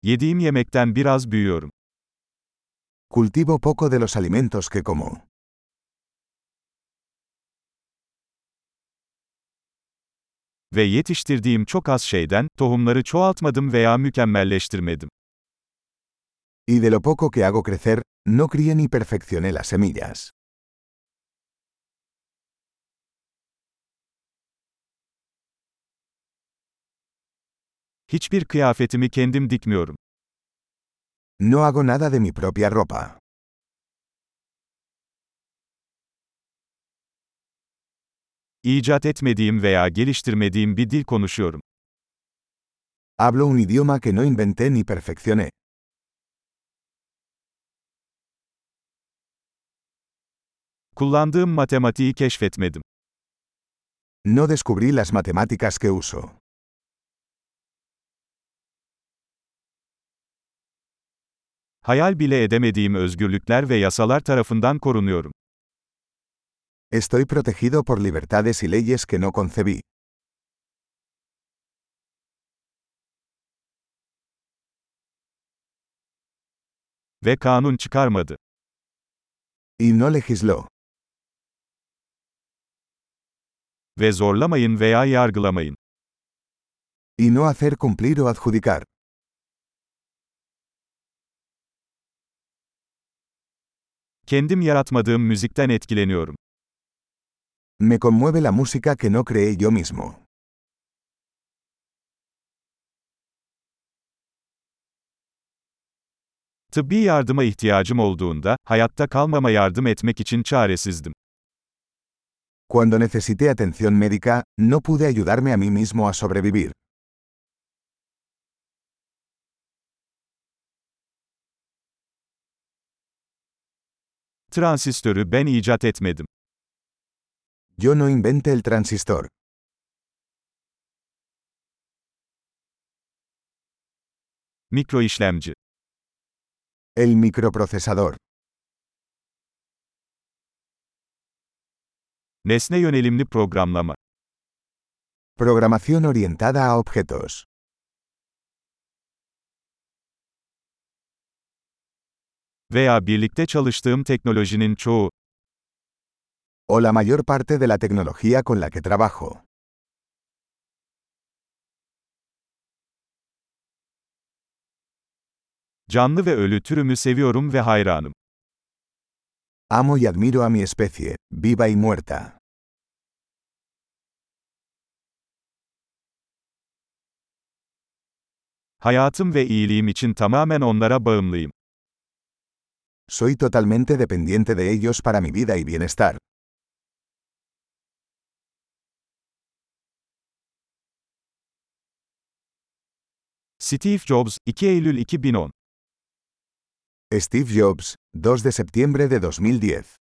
Yediğim yemekten biraz büyüyorum. Cultivo poco de los alimentos que como. Ve yetiştirdiğim çok az şeyden, tohumları çoğaltmadım veya mükemmelleştirmedim. Y de lo poco que hago crecer, no crié ni perfeccioné las semillas. Hiçbir kıyafetimi kendim dikmiyorum. No hago nada de mi propia ropa. İcat etmediğim veya geliştirmediğim bir dil konuşuyorum. Hablo un idioma que no inventé ni perfeccioné. Kullandığım matematiği keşfetmedim. No descubrí las matemáticas que uso. Hayal bile edemediğim özgürlükler ve yasalar tarafından korunuyorum. Estoy protegido por libertades y leyes que no concebí. Ve kanun çıkarmadı. Y no legisló. Ve zorlamayın veya yargılamayın. Y no hacer cumplir o adjudicar. Kendim yaratmadığım müzikten etkileniyorum. Me conmueve la música que no creé yo mismo. Tıbbi yardıma ihtiyacım olduğunda, hayatta kalmama yardım etmek için çaresizdim. Cuando necesité atención médica, no pude ayudarme a mí mismo a sobrevivir. Transistörü ben icat etmedim. Yo no inventé el transistor. Mikroişlemci. El microprocesador. Nesne yönelimli programlama. Programación orientada a objetos. Veya birlikte çalıştığım teknolojinin çoğu. O la mayor parte de la tecnología con la que trabajo. Canlı ve ölü türümü seviyorum ve hayranım. Amo y admiro a mi especie, viva y muerta. Hayatım ve iyiliğim için tamamen onlara bağımlıyım. Soy totalmente dependiente de ellos para mi vida y bienestar. Steve Jobs, 2 Eylül 2010. Steve Jobs, 2 de septiembre de 2010.